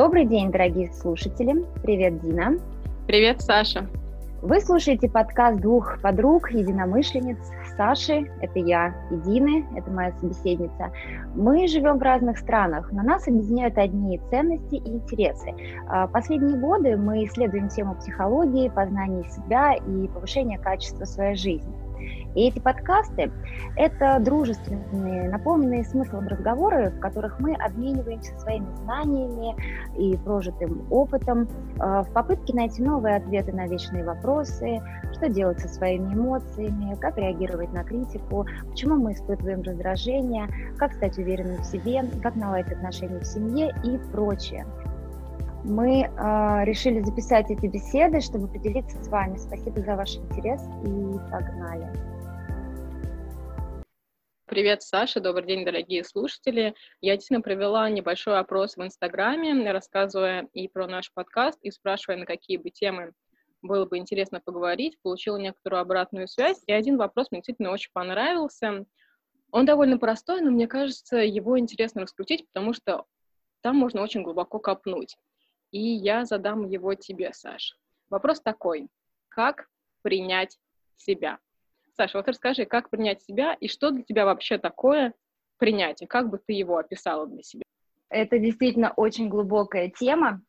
Добрый день, дорогие слушатели. Привет, Дина. Привет, Саша. Вы слушаете подкаст двух подруг, единомышленниц Саши, это я, и Дины, это моя собеседница. Мы живем в разных странах, но нас объединяют одни ценности и интересы. Последние годы мы исследуем тему психологии, познания себя и повышения качества своей жизни. И эти подкасты – это дружественные, наполненные смыслом разговоры, в которых мы обмениваемся своими знаниями и прожитым опытом в попытке найти новые ответы на вечные вопросы, что делать со своими эмоциями, как реагировать на критику, почему мы испытываем раздражение, как стать уверенным в себе, как наладить отношения в семье и прочее. Мы решили записать эти беседы, чтобы поделиться с вами. Спасибо за ваш интерес и погнали. Привет, Саша, добрый день, дорогие слушатели. Я действительно провела небольшой опрос в Инстаграме, рассказывая и про наш подкаст, и спрашивая, на какие бы темы было бы интересно поговорить. Получила некоторую обратную связь, и один вопрос мне действительно очень понравился. Он довольно простой, но мне кажется, его интересно раскрутить, потому что там можно очень глубоко копнуть. И я задам его тебе, Саш. Вопрос такой: как принять себя? Саша, вот расскажи, как принять себя и что для тебя вообще такое принятие? Как бы ты его описала для себя? Это действительно очень глубокая тема.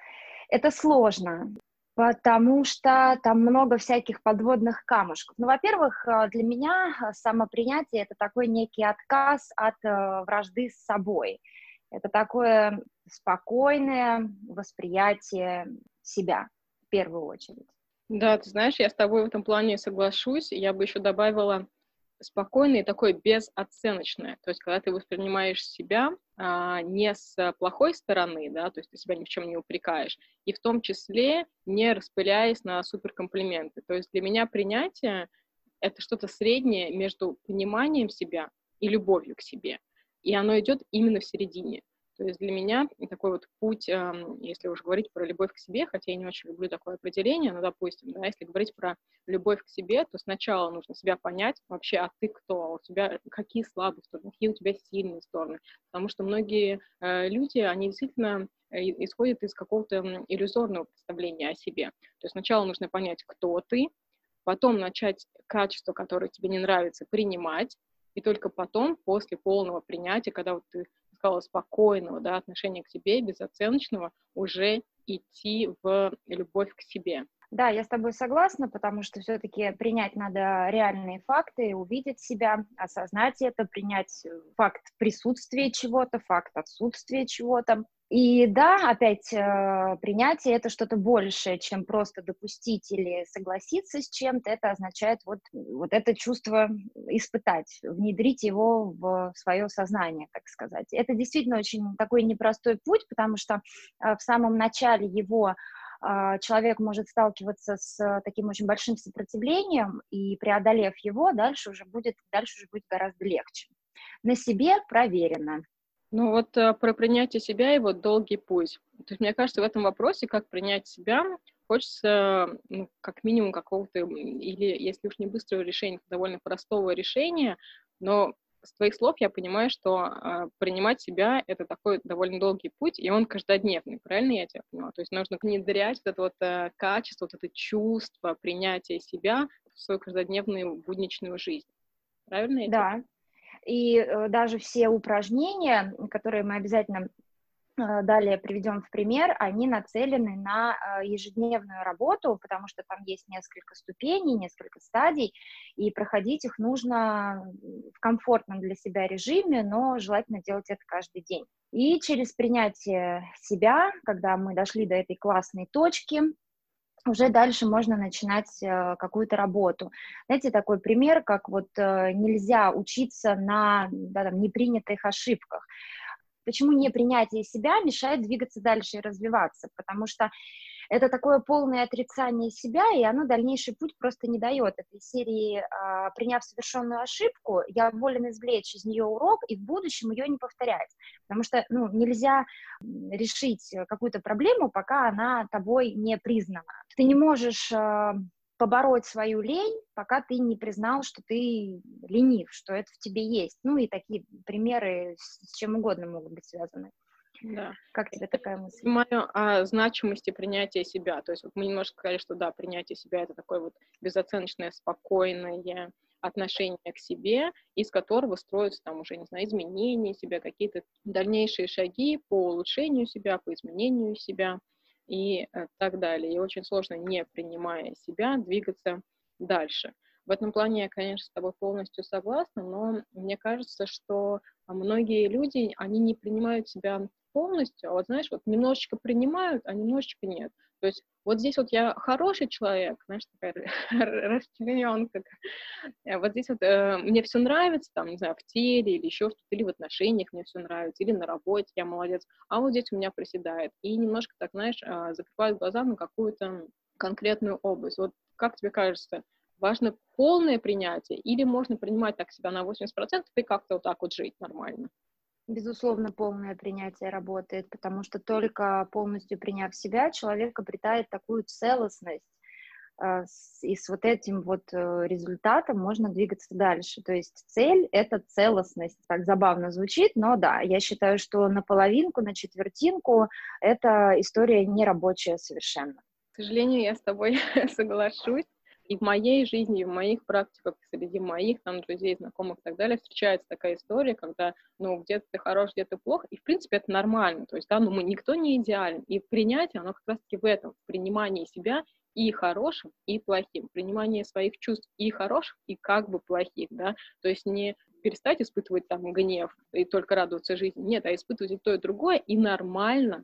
Это сложно, потому что там много всяких подводных камушков. Ну, во-первых, для меня самопринятие – это такой некий отказ от вражды с собой. Это такое спокойное восприятие себя в первую очередь. Да, ты знаешь, я с тобой в этом плане соглашусь. Я бы еще добавила спокойное и такое безоценочное. То есть, когда ты воспринимаешь себя не с плохой стороны, да, то есть ты себя ни в чем не упрекаешь, и в том числе не распыляясь на суперкомплименты. То есть для меня принятие — это что-то среднее между пониманием себя и любовью к себе. И оно идет именно в середине. То есть для меня такой вот путь, если уже говорить про любовь к себе, хотя я не очень люблю такое определение, но, допустим, да, если говорить про любовь к себе, то сначала нужно себя понять вообще, а ты кто, у тебя какие слабые стороны, какие у тебя сильные стороны. Потому что многие люди, они действительно исходят из какого-то иллюзорного представления о себе. То есть сначала нужно понять, кто ты, потом начать качество, которое тебе не нравится, принимать, и только потом, после полного принятия, когда вот ты сказала, спокойного, да, отношения к себе, безоценочного, уже идти в любовь к себе. Да, я с тобой согласна, потому что все-таки принять надо реальные факты, увидеть себя, осознать это, принять факт присутствия чего-то, факт отсутствия чего-то. И да, опять принятие — это что-то большее, чем просто допустить или согласиться с чем-то. Это означает вот это чувство испытать, внедрить его в свое сознание, так сказать. Это действительно очень такой непростой путь, потому что в самом начале его человек может сталкиваться с таким очень большим сопротивлением, и преодолев его, дальше уже будет гораздо легче. На себе проверено. Ну вот про принятие себя и вот долгий путь. То есть мне кажется, в этом вопросе, как принять себя, хочется как минимум какого-то, или если уж не быстрого решения, то довольно простого решения, но с твоих слов я понимаю, что принимать себя — это такой довольно долгий путь, и он каждодневный, правильно я тебя понимаю? То есть нужно внедрять вот это вот качество, вот это чувство принятия себя в свою каждодневную будничную жизнь. Правильно я тебя понимаю? Да, и даже все упражнения, которые мы обязательно далее приведем в пример, они нацелены на ежедневную работу, потому что там есть несколько ступеней, несколько стадий, и проходить их нужно в комфортном для себя режиме, но желательно делать это каждый день. И через принятие себя, когда мы дошли до этой классной точки, уже дальше можно начинать какую-то работу. Знаете, такой пример, как вот нельзя учиться на непринятых ошибках. Почему непринятие себя мешает двигаться дальше и развиваться? Потому что это такое полное отрицание себя, и оно дальнейший путь просто не дает. Этой серии, приняв совершенную ошибку, я волен извлечь из нее урок и в будущем ее не повторять. Потому что нельзя решить какую-то проблему, пока она тобой не признана. Ты не можешь побороть свою лень, пока ты не признал, что ты ленив, что это в тебе есть. Ну и такие примеры с чем угодно могут быть связаны. Да. Как тебе такая мысль? Понимаю о значимости принятия себя. То есть вот мы немножко сказали, что да, принятие себя — это такое вот безоценочное, спокойное отношение к себе, из которого строятся там уже, не знаю, изменения себя, какие-то дальнейшие шаги по улучшению себя, по изменению себя и так далее. И очень сложно, не принимая себя, двигаться дальше. В этом плане я, конечно, с тобой полностью согласна, но мне кажется, что многие люди, они не принимают себя полностью, а вот знаешь, вот немножечко принимают, а немножечко нет. То есть вот здесь вот я хороший человек, знаешь, такая расчлененка. Вот здесь вот мне все нравится, там, не знаю, в теле или еще что-то, или в отношениях мне все нравится, или на работе я молодец, а вот здесь у меня проседает. И немножко так, знаешь, закрывают глаза на какую-то конкретную область. Вот как тебе кажется, важно полное принятие или можно принимать так себя на 80% и как-то вот так вот жить нормально? Безусловно, полное принятие работает, потому что только полностью приняв себя, человек обретает такую целостность, и с вот этим вот результатом можно двигаться дальше. То есть цель — это целостность. Так забавно звучит, но да, я считаю, что на половинку, на четвертинку эта история не рабочая совершенно. К сожалению, я с тобой соглашусь. И в моей жизни, и в моих практиках, среди моих там друзей, знакомых и так далее, встречается такая история, когда, ну, где-то ты хорош, где-то плохо, и, в принципе, это нормально. То есть, да, ну, никто не идеален. И принятие, оно как раз-таки в этом, в принимании себя и хорошим, и плохим. Принимание своих чувств и хороших, и как бы плохих, да. То есть не перестать испытывать там гнев и только радоваться жизни. Нет, а испытывать и то, и другое, и нормально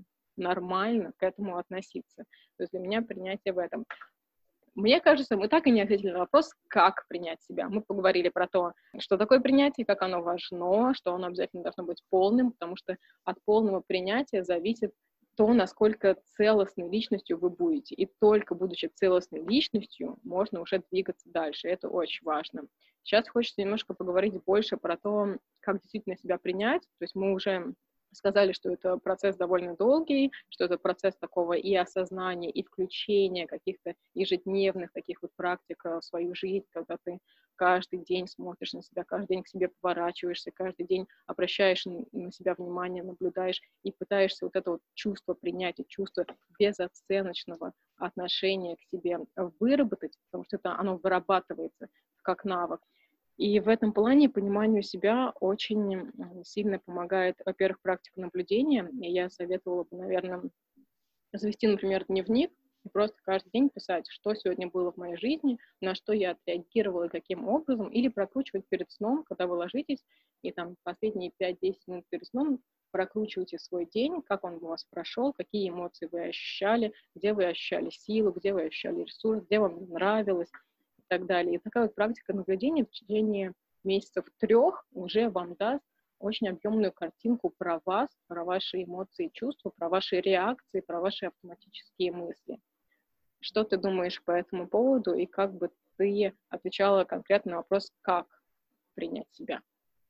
к этому относиться. То есть для меня принятие в этом. Мне кажется, мы так и не ответили на вопрос, как принять себя. Мы поговорили про то, что такое принятие, как оно важно, что оно обязательно должно быть полным, потому что от полного принятия зависит то, насколько целостной личностью вы будете. И только будучи целостной личностью, можно уже двигаться дальше. Это очень важно. Сейчас хочется немножко поговорить больше про то, как действительно себя принять. То есть мы уже сказали, что это процесс довольно долгий, что это процесс такого и осознания, и включения каких-то ежедневных таких вот практик в свою жизнь, когда ты каждый день смотришь на себя, каждый день к себе поворачиваешься, каждый день обращаешь на себя внимание, наблюдаешь и пытаешься вот это вот чувство принятия, чувство безоценочного отношения к себе выработать, потому что это оно вырабатывается как навык. И в этом плане пониманию себя очень сильно помогает, во-первых, практика наблюдения. И я советовала бы, наверное, завести, например, дневник и просто каждый день писать, что сегодня было в моей жизни, на что я отреагировала и каким образом, или прокручивать перед сном, когда вы ложитесь, и там последние 5-10 минут перед сном прокручивайте свой день, как он у вас прошел, какие эмоции вы ощущали, где вы ощущали силу, где вы ощущали ресурс, где вам нравилось, и так далее. И такая вот практика наблюдения в течение месяцев 3 уже вам даст очень объемную картинку про вас, про ваши эмоции и чувства, про ваши реакции, про ваши автоматические мысли. Что ты думаешь по этому поводу и как бы ты отвечала конкретно на вопрос, как принять себя?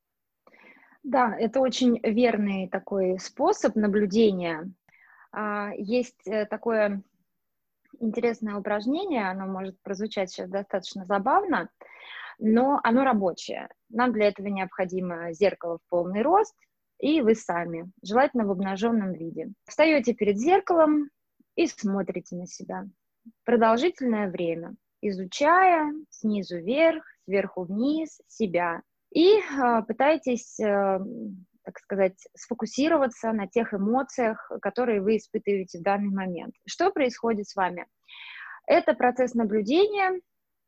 Да, это очень верный такой способ наблюдения. Есть такое интересное упражнение, оно может прозвучать сейчас достаточно забавно, но оно рабочее. Нам для этого необходимо зеркало в полный рост, и вы сами, желательно в обнаженном виде. Встаете перед зеркалом и смотрите на себя продолжительное время, изучая снизу вверх, сверху вниз себя. И пытайтесь, так сказать, сфокусироваться на тех эмоциях, которые вы испытываете в данный момент. Что происходит с вами? Это процесс наблюдения,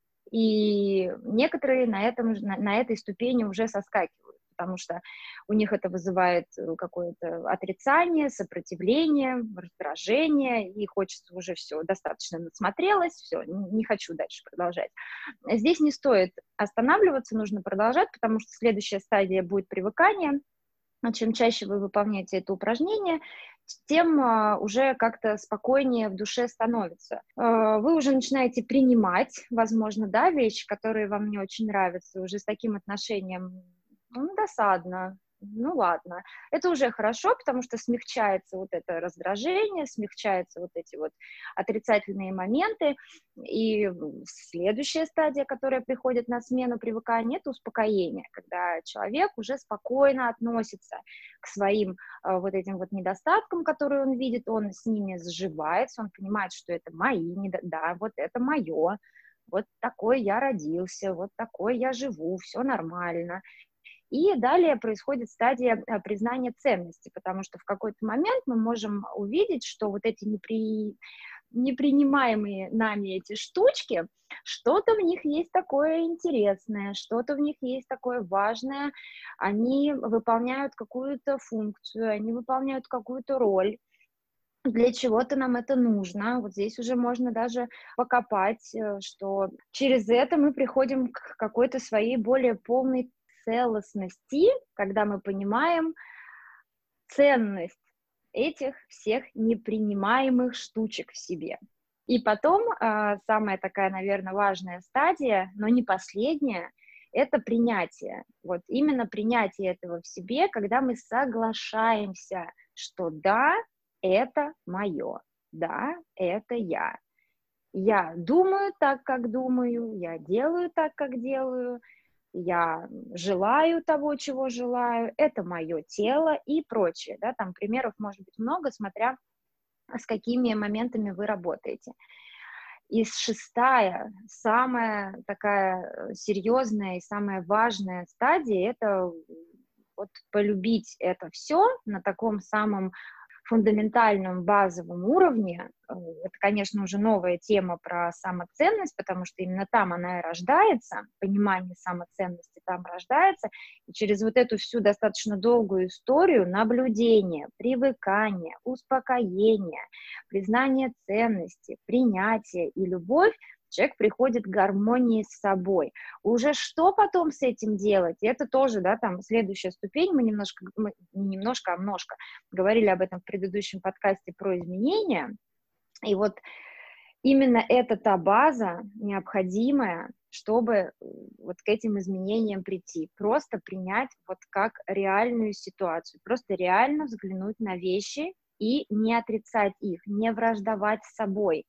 и некоторые на этой ступени уже соскакивают, потому что у них это вызывает какое-то отрицание, сопротивление, раздражение, и хочется уже все, достаточно насмотрелась, все, не хочу дальше продолжать. Здесь не стоит останавливаться, нужно продолжать, потому что следующая стадия будет привыкание. Чем чаще вы выполняете это упражнение, тем уже как-то спокойнее в душе становится. Вы уже начинаете принимать, возможно, да, вещи, которые вам не очень нравятся, уже с таким отношением, ну, досадно, ну ладно. Это уже хорошо, потому что смягчается вот это раздражение, смягчаются вот эти вот отрицательные моменты. И следующая стадия, которая приходит на смену привыкания, это успокоение, когда человек уже спокойно относится к своим вот этим вот недостаткам, которые он видит, он с ними сживается, он понимает, что это мои, да, вот это мое, вот такой я родился, вот такой я живу, все нормально. И далее происходит стадия признания ценности, потому что в какой-то момент мы можем увидеть, что вот эти непринимаемые нами эти штучки, что-то в них есть такое интересное, что-то в них есть такое важное, они выполняют какую-то функцию, они выполняют какую-то роль. Для чего-то нам это нужно. Вот здесь уже можно даже покопать, что через это мы приходим к какой-то своей более полной целостности, когда мы понимаем ценность этих всех непринимаемых штучек в себе. И потом самая такая, наверное, важная стадия, но не последняя, это принятие. Вот именно принятие этого в себе, когда мы соглашаемся, что да, это мое, да, это я. Я думаю так, как думаю, я делаю так, как делаю, я желаю того, чего желаю, это мое тело и прочее, да, там примеров может быть много, смотря с какими моментами вы работаете. И шестая, самая такая серьезная и самая важная стадия, это вот полюбить это все на таком самом фундаментальном базовом уровне. Это, конечно, уже новая тема про самоценность, потому что именно там она и рождается, понимание самоценности там рождается, и через вот эту всю достаточно долгую историю наблюдения, привыкания, успокоения, признания ценности, принятия и любовь человек приходит к гармонии с собой. Уже что потом с этим делать? Это тоже, да, там следующая ступень, мы не немножко, а множко говорили об этом в предыдущем подкасте про изменения, и вот именно это та база необходимая, чтобы вот к этим изменениям прийти, просто принять вот как реальную ситуацию, просто реально взглянуть на вещи и не отрицать их, не враждовать с собой,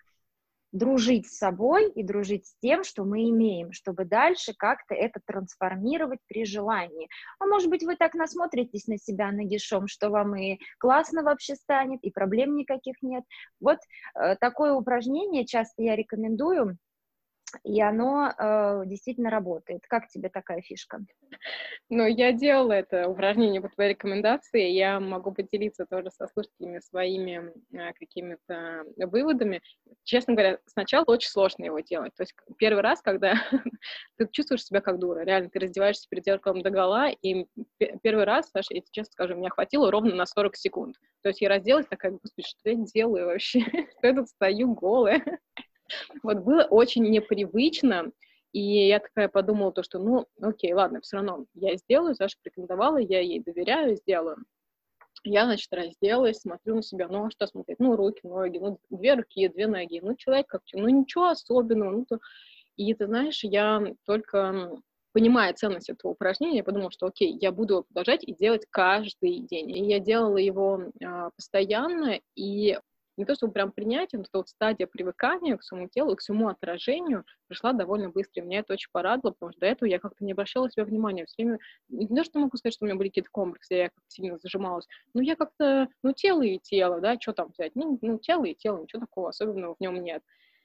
дружить с собой и дружить с тем, что мы имеем, чтобы дальше как-то это трансформировать при желании. А может быть, вы так насмотритесь на себя нагишом, что вам и классно вообще станет, и проблем никаких нет. Вот такое упражнение часто я рекомендую, и оно действительно работает. Как тебе такая фишка? Ну, я делала это упражнение по твоей рекомендации. Я могу поделиться тоже со слушателями своими какими-то выводами. Честно говоря, сначала очень сложно его делать. То есть первый раз, когда ты чувствуешь себя как дура, реально, ты раздеваешься перед зеркалом догола, и первый раз, Саша, я тебе честно скажу, меня хватило ровно на 40 секунд. То есть я разделась такая, господи, что я делаю вообще? Что я тут стою голая? Вот было очень непривычно, и я такая подумала, то, что, ну, окей, ладно, все равно я сделаю, Саша порекомендовала, я ей доверяю, сделаю. Я, значит, разделась, смотрю на себя, ну, а что смотреть? Ну, руки, ноги, ну, 2 руки, 2 ноги, ну, человек как, ну, ничего особенного, ну, то... И ты знаешь, я только понимая ценность этого упражнения, я подумала, что окей, я буду его продолжать и делать каждый день. И я делала его постоянно, и не то чтобы прям принятие, но вот стадия привыкания к своему телу и к своему отражению пришла довольно быстро. И меня это очень порадовало, потому что до этого я как-то не обращала себе внимания. Все время, не то, что могу сказать, что у меня были какие-то комплексы, я как-то сильно зажималась, но я как-то, ну, тело и тело, да, что там взять? Ну, тело и тело, ничего такого особенного в нем нет.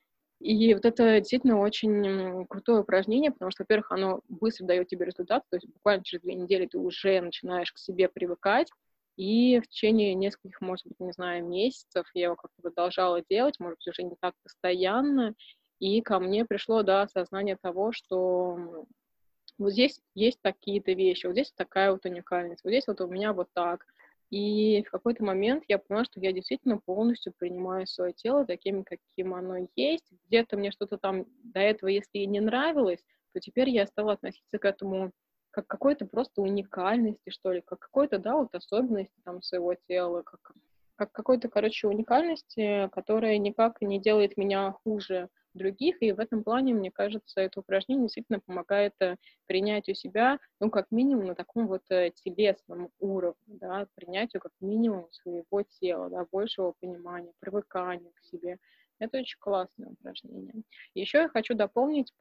И вот это действительно очень крутое упражнение, потому что, во-первых, оно быстро дает тебе результат, то есть буквально через 2 недели ты уже начинаешь к себе привыкать, и в течение нескольких, может быть, не знаю, месяцев я его как-то продолжала делать, может быть, уже не так постоянно, и ко мне пришло, да, осознание того, что вот здесь есть такие-то вещи, вот здесь такая вот уникальность, вот здесь вот у меня вот так. И в какой-то момент я поняла, что я действительно полностью принимаю свое тело таким, каким оно есть. Где-то мне что-то там до этого, если и не нравилось, то теперь я стала относиться к этому как к какой-то просто уникальности, что ли, как какой-то, да, вот особенности там своего тела, как какой-то, короче, уникальности, которая никак не делает меня хуже других, и в этом плане, мне кажется, это упражнение действительно помогает принятию себя, ну, как минимум, на таком вот телесном уровне, да, принятию как минимум своего тела, да, большего понимания, привыкания к себе. Это очень классное упражнение. Еще я хочу дополнить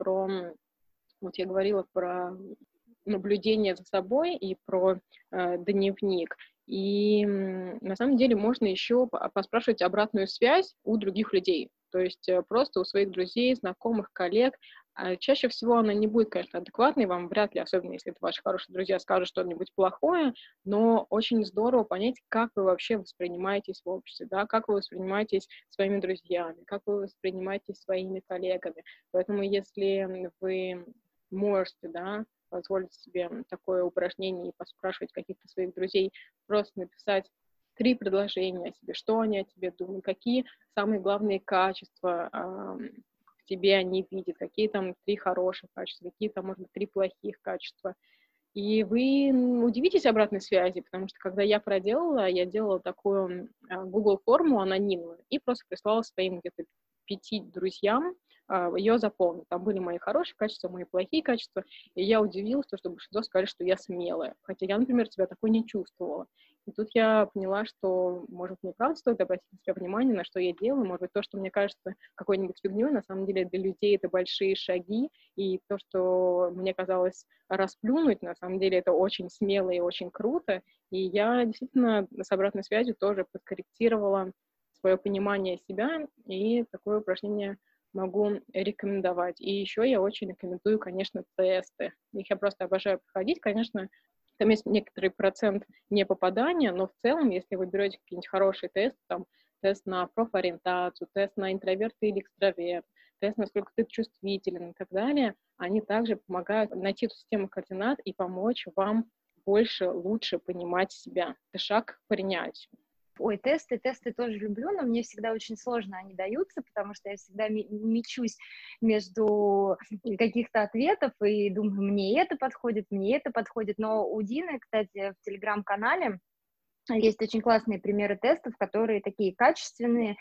вот я говорила про наблюдение за собой и про дневник. И на самом деле можно еще поспрашивать обратную связь у других людей. То есть просто у своих друзей, знакомых, коллег. Чаще всего она не будет, конечно, адекватной, вам вряд ли, особенно если это ваши хорошие друзья, скажут что-нибудь плохое, но очень здорово понять, как вы вообще воспринимаетесь в обществе, да, как вы воспринимаетесь своими друзьями, как вы воспринимаетесь своими коллегами. Поэтому если вы можете, да, позволить себе такое упражнение и поспрашивать каких-то своих друзей, просто написать 3 предложения о себе, что они о тебе думают, какие самые главные качества в тебе они видят, какие там 3 хороших качества, какие там, может быть, 3 плохих качества. И вы удивитесь обратной связи, потому что когда я делала такую Google форму анонимную и просто прислала своим где-то 5 друзьям, ее заполнить. Там были мои хорошие качества, мои плохие качества, и я удивилась, что большинство сказали, что я смелая, хотя я, например, себя такой не чувствовала. И тут я поняла, что, может, мне правда стоит обратить на себя внимание, на что я делаю, может быть, то, что мне кажется какой-нибудь фигней, на самом деле для людей это большие шаги, и то, что мне казалось расплюнуть, на самом деле это очень смело и очень круто, и я действительно с обратной связью тоже подкорректировала свое понимание себя, и такое упражнение могу рекомендовать. И еще я очень рекомендую, конечно, тесты. Их я просто обожаю проходить. Конечно, там есть некоторый процент непопадания, но в целом, если вы берете какие-нибудь хорошие тесты, там, тест на профориентацию, тест на интроверт или экстраверт, тест, насколько ты чувствителен и так далее, они также помогают найти эту систему координат и помочь вам больше, лучше понимать себя. Это шаг к принятию. Ой, тесты тоже люблю, но мне всегда очень сложно они даются, потому что я всегда мечусь между каких-то ответов и думаю, мне это подходит. Но у Дины, кстати, в Телеграм-канале есть очень классные примеры тестов, которые такие качественные,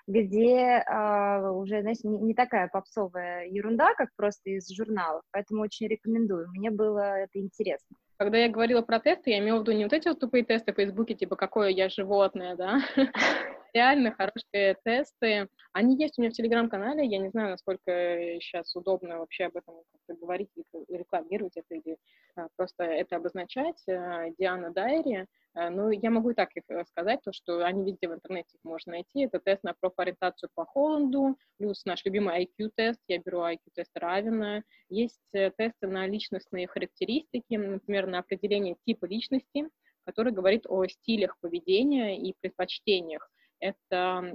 где уже, знаете, не такая попсовая ерунда, как просто из журналов, поэтому очень рекомендую. Мне было это интересно. Когда я говорила про тесты, я имела в виду не вот эти вот тупые тесты в Фейсбуке, типа «какое я животное», да? Реально хорошие тесты. Они есть у меня в Телеграм-канале. Я не знаю, насколько сейчас удобно вообще об этом как-то говорить, рекламировать это или просто это обозначать. Диана Дайри. Ну, я могу и так их сказать, то, что они везде в интернете их можно найти. Это тест на профориентацию по Холланду, плюс наш любимый IQ-тест. Я беру IQ-тест Равина. Есть тесты на личностные характеристики, например, на определение типа личности, который говорит о стилях поведения и предпочтениях. Это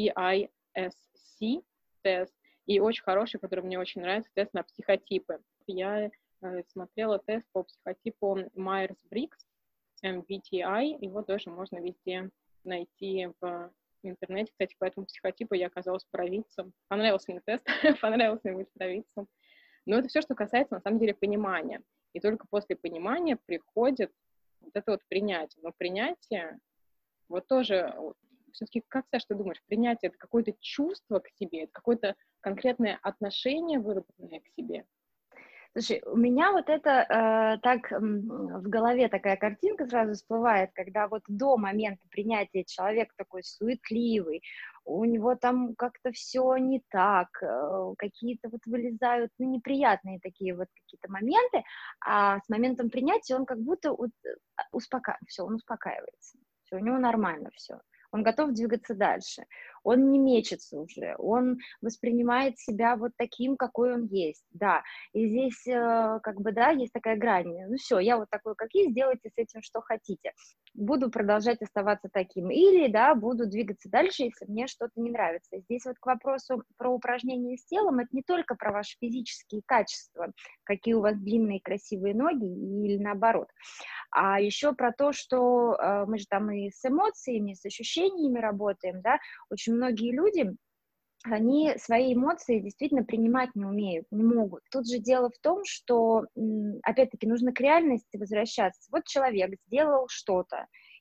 DISC тест, и очень хороший, который мне очень нравится, тест на психотипы. Я смотрела тест по психотипу Myers-Briggs, MBTI, его тоже можно везде найти в интернете. Кстати, по этому психотипу я оказалась провидцем. Понравился мне тест, понравилось мне быть провидцем. Но это все, что касается, на самом деле, понимания. И только после понимания приходит вот это вот принятие. Но принятие, вот тоже, все-таки, как, Саша, ты думаешь, принятие — это какое-то чувство к себе, это какое-то конкретное отношение, выработанное к себе? Слушай, у меня вот это в голове такая картинка сразу всплывает, когда вот до момента принятия человек такой суетливый, у него там как-то все не так, какие-то вот вылезают, ну, неприятные такие вот какие-то моменты, а с моментом принятия он как будто он успокаивается, все, у него нормально все. Он готов двигаться дальше, он не мечется уже, он воспринимает себя вот таким, какой он есть, да, и здесь как бы, да, есть такая грань, ну все, я вот такой, как есть, делайте с этим, что хотите, буду продолжать оставаться таким, или, да, буду двигаться дальше, если мне что-то не нравится. Здесь вот к вопросу про упражнения с телом, это не только про ваши физические качества, какие у вас длинные красивые ноги, или наоборот, а еще про то, что мы же там и с эмоциями, с ощущениями работаем, да, очень многие люди, они свои эмоции действительно принимать не умеют, не могут. Тут же дело в том, что, опять-таки, нужно к реальности возвращаться. Вот человек сделал что-то,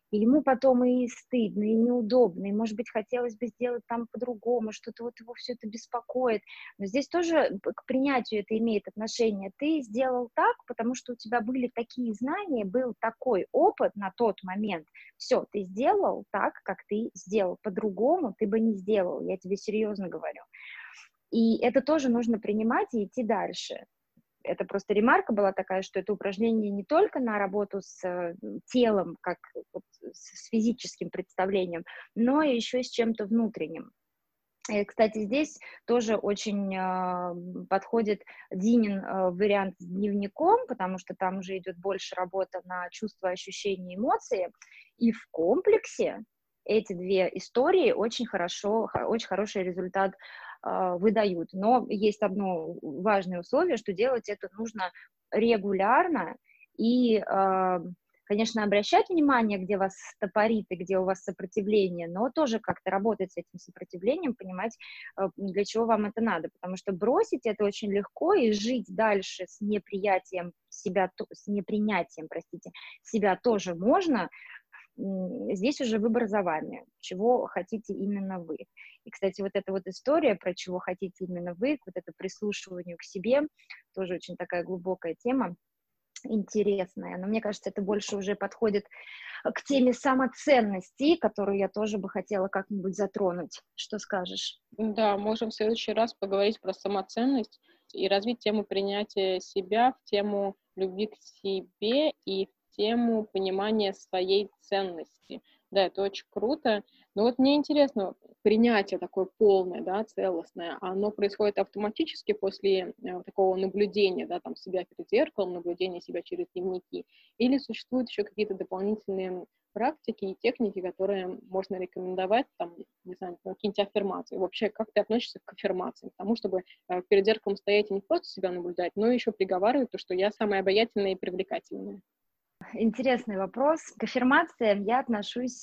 и ему потом и стыдно, и неудобно, и, может быть, хотелось бы сделать там по-другому, что-то вот его все это беспокоит. Но здесь тоже к принятию это имеет отношение. Ты сделал так, потому что у тебя были такие знания, был такой опыт на тот момент. Все, ты сделал так, как ты сделал. По-другому ты бы не сделал, я тебе серьезно говорю. И это тоже нужно принимать и идти дальше. Это просто ремарка была такая, что это упражнение не только на работу с телом, как вот, с физическим представлением, но и еще и с чем-то внутренним. И, кстати, здесь тоже очень подходит Динин вариант с дневником, потому что там уже идет больше работа на чувства, ощущения, эмоции, и в комплексе эти две истории очень хороший результат выдают. Но есть одно важное условие, что делать это нужно регулярно и, конечно, обращать внимание, где вас стопорит и где у вас сопротивление, но тоже как-то работать с этим сопротивлением, понимать, для чего вам это надо, потому что бросить это очень легко и жить дальше с неприятием себя, с непринятием, простите, себя тоже можно. Здесь уже выбор за вами, чего хотите именно вы. И, кстати, вот эта вот история про чего хотите именно вы, вот это прислушивание к себе, тоже очень такая глубокая тема, интересная, но мне кажется, это больше уже подходит к теме самоценности, которую я тоже бы хотела как-нибудь затронуть. Что скажешь? Да, можем в следующий раз поговорить про самоценность и развить тему принятия себя, в тему любви к себе и в тему понимания своей ценности. Да, это очень круто. Но вот мне интересно, принятие такое полное, да, целостное, оно происходит автоматически после такого наблюдения, да, там, себя перед зеркалом, наблюдения себя через дневники, или существуют еще какие-то дополнительные практики и техники, которые можно рекомендовать, там, не знаю, какие-нибудь аффирмации. Вообще, как ты относишься к аффирмациям? К тому, чтобы перед зеркалом стоять и не просто себя наблюдать, но еще приговаривать то, что я самая обаятельная и привлекательная. Интересный вопрос. К аффирмациям я отношусь,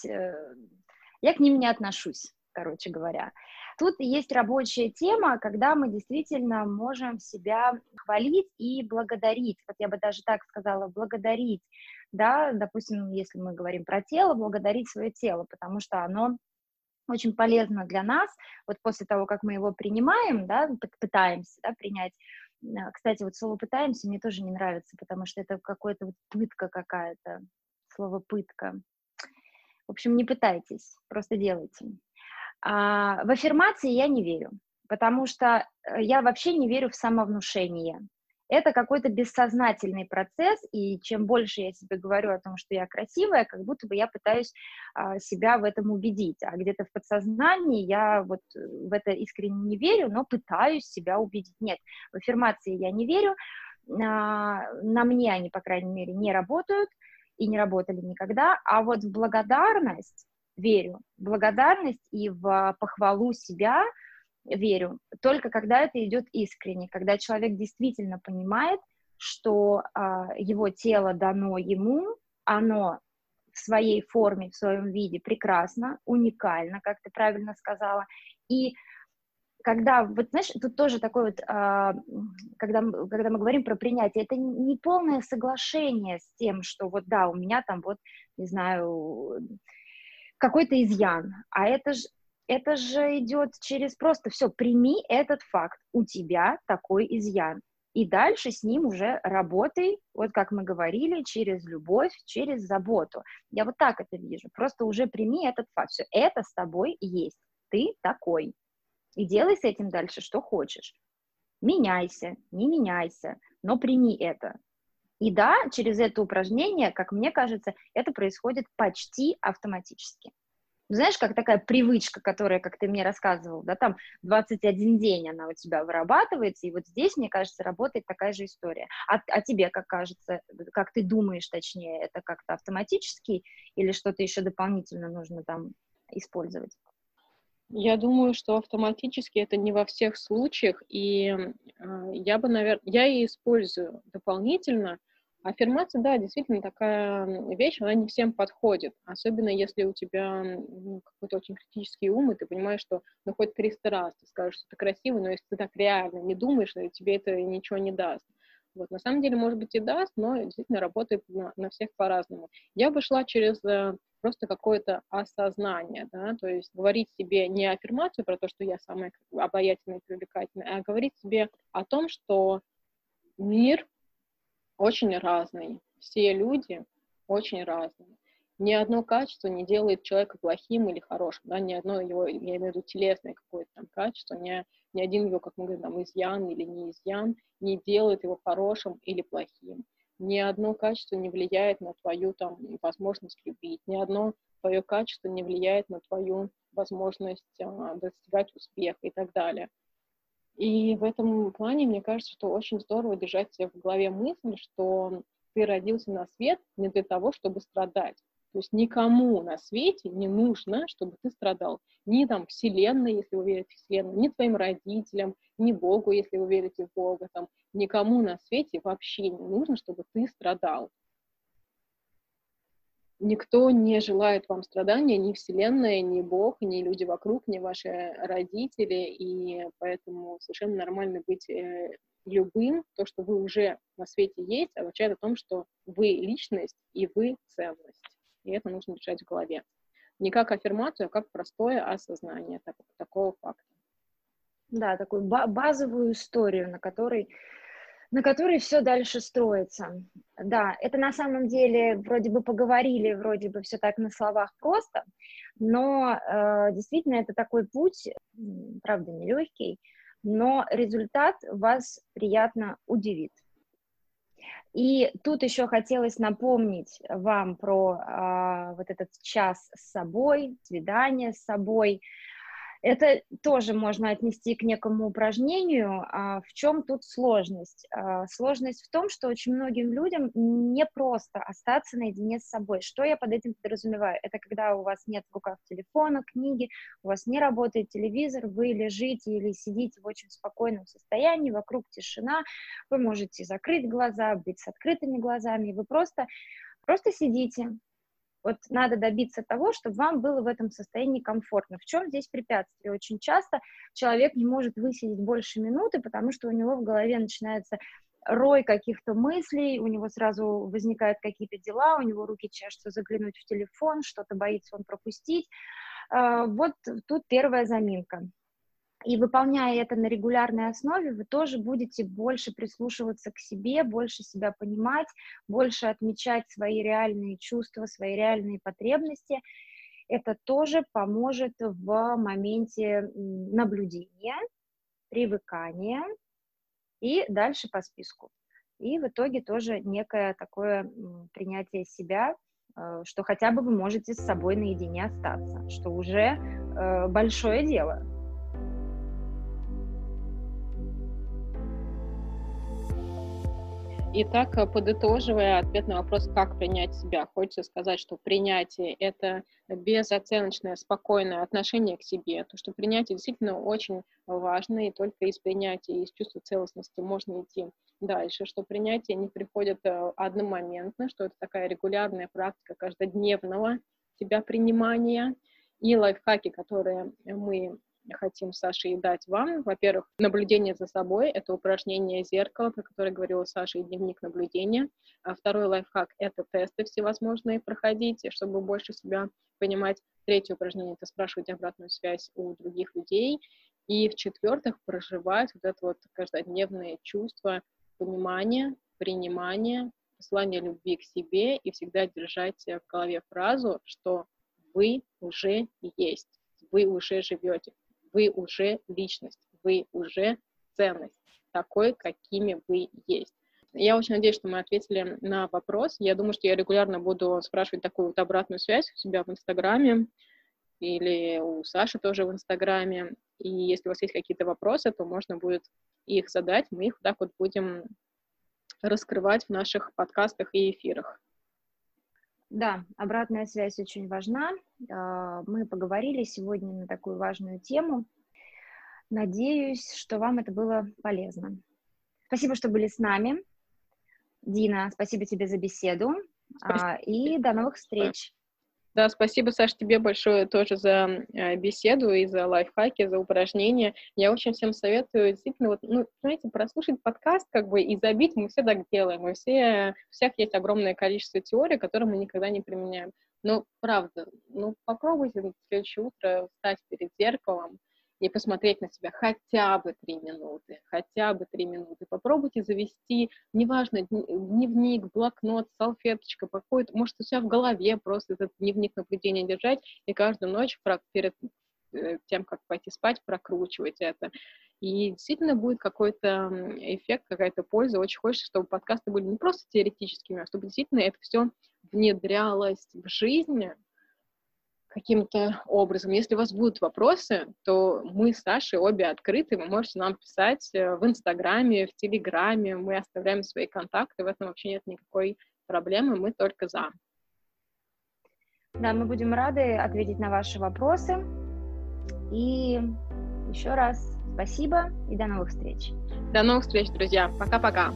я к ним не отношусь, короче говоря. Тут есть рабочая тема, когда мы действительно можем себя хвалить и благодарить. Вот я бы даже так сказала, благодарить, да, допустим, если мы говорим про тело, благодарить свое тело, потому что оно очень полезно для нас. Вот после того, как мы его принимаем, да, пытаемся, да, принять. Кстати, вот слово «пытаемся» мне тоже не нравится, потому что это какая-то вот пытка какая-то, слово «пытка». В общем, не пытайтесь, просто делайте. В аффирмации я не верю, потому что я вообще не верю в самовнушение. Это какой-то бессознательный процесс, и чем больше я себе говорю о том, что я красивая, как будто бы я пытаюсь себя в этом убедить, а где-то в подсознании я вот в это искренне не верю, но пытаюсь себя убедить. Нет, в аффирмации я не верю, на мне они, по крайней мере, не работают и не работали никогда, а вот в благодарность верю, в благодарность и в похвалу себя верю, только когда это идет искренне, когда человек действительно понимает, что его тело дано ему, оно в своей форме, в своем виде прекрасно, уникально, как ты правильно сказала, и когда, вот знаешь, тут тоже такое вот, когда мы говорим про принятие, это не полное соглашение с тем, что вот да, у меня там вот, не знаю, какой-то изъян, а это же идет через просто все, прими этот факт, у тебя такой изъян, и дальше с ним уже работай, вот как мы говорили, через любовь, через заботу. Я вот так это вижу, просто уже прими этот факт, все, это с тобой есть, ты такой. И делай с этим дальше, что хочешь. Меняйся, не меняйся, но прими это. И да, через это упражнение, как мне кажется, это происходит почти автоматически. Знаешь, как такая привычка, которая, как ты мне рассказывал, да, там 21 день она у тебя вырабатывается, и вот здесь, мне кажется, работает такая же история. А тебе, как кажется, как ты думаешь, точнее, это как-то автоматически или что-то еще дополнительно нужно там использовать? Я думаю, что автоматически это не во всех случаях, и я бы, наверное, я и использую дополнительно. Аффирмация, да, действительно такая вещь, она не всем подходит, особенно если у тебя какой-то очень критический ум, и ты понимаешь, что ну хоть 300 раз ты скажешь, что ты красивый, но если ты так реально не думаешь, то тебе это ничего не даст. Вот, на самом деле, может быть, и даст, но действительно работает на всех по-разному. Я бы шла через просто какое-то осознание, да, то есть говорить себе не аффирмацию про то, что я самая обаятельная и привлекательная, а говорить себе о том, что мир очень разный, все люди очень разные. Ни одно качество не делает человека плохим или хорошим, да, ни одно его, я имею в виду телесное какое-то там качество, ни один его, как мы говорим, там, изъян или не изъян не делает его хорошим или плохим. Ни одно качество не влияет на твою там возможность любить, ни одно твое качество не влияет на твою возможность достигать успеха и так далее. И в этом плане, мне кажется, что очень здорово держать себе в голове мысль, что ты родился на свет не для того, чтобы страдать. То есть никому на свете не нужно, чтобы ты страдал. Ни там Вселенной, если вы верите в Вселенную, ни твоим родителям, ни Богу, если вы верите в Бога. Там, никому на свете вообще не нужно, чтобы ты страдал. Никто не желает вам страдания, ни Вселенная, ни Бог, ни люди вокруг, ни ваши родители, и поэтому совершенно нормально быть любым. То, что вы уже на свете есть, означает о том, что вы личность и вы ценность. И это нужно держать в голове. Не как аффирмацию, а как простое осознание такого факта. Да, такую базовую историю, на которой все дальше строится. Да, это на самом деле вроде бы поговорили, вроде бы все так на словах просто, но действительно это такой путь, правда, нелегкий, но результат вас приятно удивит. И тут еще хотелось напомнить вам про вот этот час с собой, свидание с собой. Это тоже можно отнести к некому упражнению. В чем тут сложность? Сложность в том, что очень многим людям не просто остаться наедине с собой. Что я под этим подразумеваю? Это когда у вас нет в руках телефона, книги, у вас не работает телевизор, вы лежите или сидите в очень спокойном состоянии, вокруг тишина, вы можете закрыть глаза, быть с открытыми глазами, и вы просто сидите. Вот надо добиться того, чтобы вам было в этом состоянии комфортно. В чем здесь препятствие? Очень часто человек не может высидеть больше минуты, потому что у него в голове начинается рой каких-то мыслей, у него сразу возникают какие-то дела, у него руки чешутся заглянуть в телефон, что-то боится он пропустить. Вот тут первая заминка. И выполняя это на регулярной основе, вы тоже будете больше прислушиваться к себе, больше себя понимать, больше отмечать свои реальные чувства, свои реальные потребности. Это тоже поможет в моменте наблюдения, привыкания и дальше по списку. И в итоге тоже некое такое принятие себя, что хотя бы вы можете с собой наедине остаться, что уже большое дело. Итак, подытоживая ответ на вопрос, как принять себя, хочется сказать, что принятие — это безоценочное, спокойное отношение к себе, то, что принятие действительно очень важно, и только из принятия, из чувства целостности можно идти дальше, что принятие не приходит одномоментно, что это такая регулярная практика каждодневного себя принимания, и лайфхаки, которые мы хотим с Сашей дать вам. Во-первых, наблюдение за собой — это упражнение зеркала, про которое говорила Саша, и дневник наблюдения. А второй лайфхак — это тесты всевозможные проходить, чтобы больше себя понимать. Третье упражнение — это спрашивать обратную связь у других людей. И в-четвертых, проживать вот это вот каждодневное чувство понимания, принимания, послания любви к себе и всегда держать в голове фразу, что вы уже есть, вы уже живете, вы уже личность, вы уже ценность, такой, какими вы есть. Я очень надеюсь, что мы ответили на вопрос. Я думаю, что я регулярно буду спрашивать такую вот обратную связь у себя в Инстаграме или у Саши тоже в Инстаграме. И если у вас есть какие-то вопросы, то можно будет их задать. Мы их вот так вот будем раскрывать в наших подкастах и эфирах. Да, обратная связь очень важна. Мы поговорили сегодня на такую важную тему. Надеюсь, что вам это было полезно. Спасибо, что были с нами. Дина, спасибо тебе за беседу. И до новых встреч. Да, спасибо, Саш, тебе большое тоже за беседу и за лайфхаки, за упражнения. Я очень всем советую действительно, вот, знаете, прослушать подкаст как бы и забить, мы все так делаем. У всех есть огромное количество теорий, которые мы никогда не применяем. Ну, правда, ну, попробуйте на следующее утро встать перед зеркалом и посмотреть на себя хотя бы 3 минуты, хотя бы 3 минуты. Попробуйте завести, неважно, дневник, блокнот, салфеточка, какой-то, может, у себя в голове просто этот дневник наблюдения держать и каждую ночь перед тем, как пойти спать, прокручивать это. И действительно будет какой-то эффект, какая-то польза. Очень хочется, чтобы подкасты были не просто теоретическими, а чтобы действительно это все внедрялось в жизнь каким-то образом. Если у вас будут вопросы, то мы с Сашей обе открыты, вы можете нам писать в Инстаграме, в Телеграме, мы оставляем свои контакты, в этом вообще нет никакой проблемы, мы только за. Да, мы будем рады ответить на ваши вопросы. И еще раз спасибо и до новых встреч. До новых встреч, друзья. Пока-пока.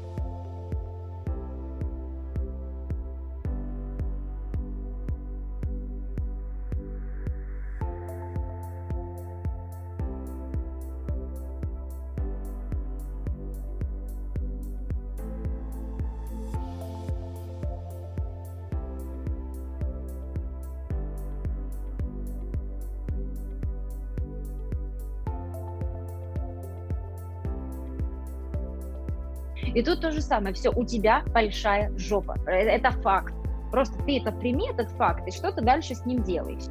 И тут то же самое. Все, у тебя большая жопа. Это факт. Просто ты это прими, этот факт, и что ты дальше с ним делаешь.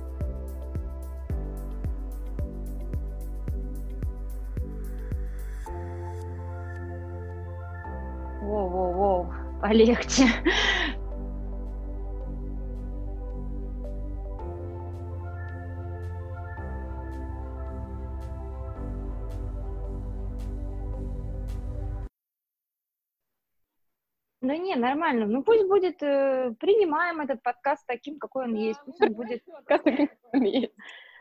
Воу-воу-воу, полегче. Да не, нормально. Ну пусть будет, принимаем этот подкаст таким, какой он есть. Пусть он будет... Подкаст таким, какой он есть.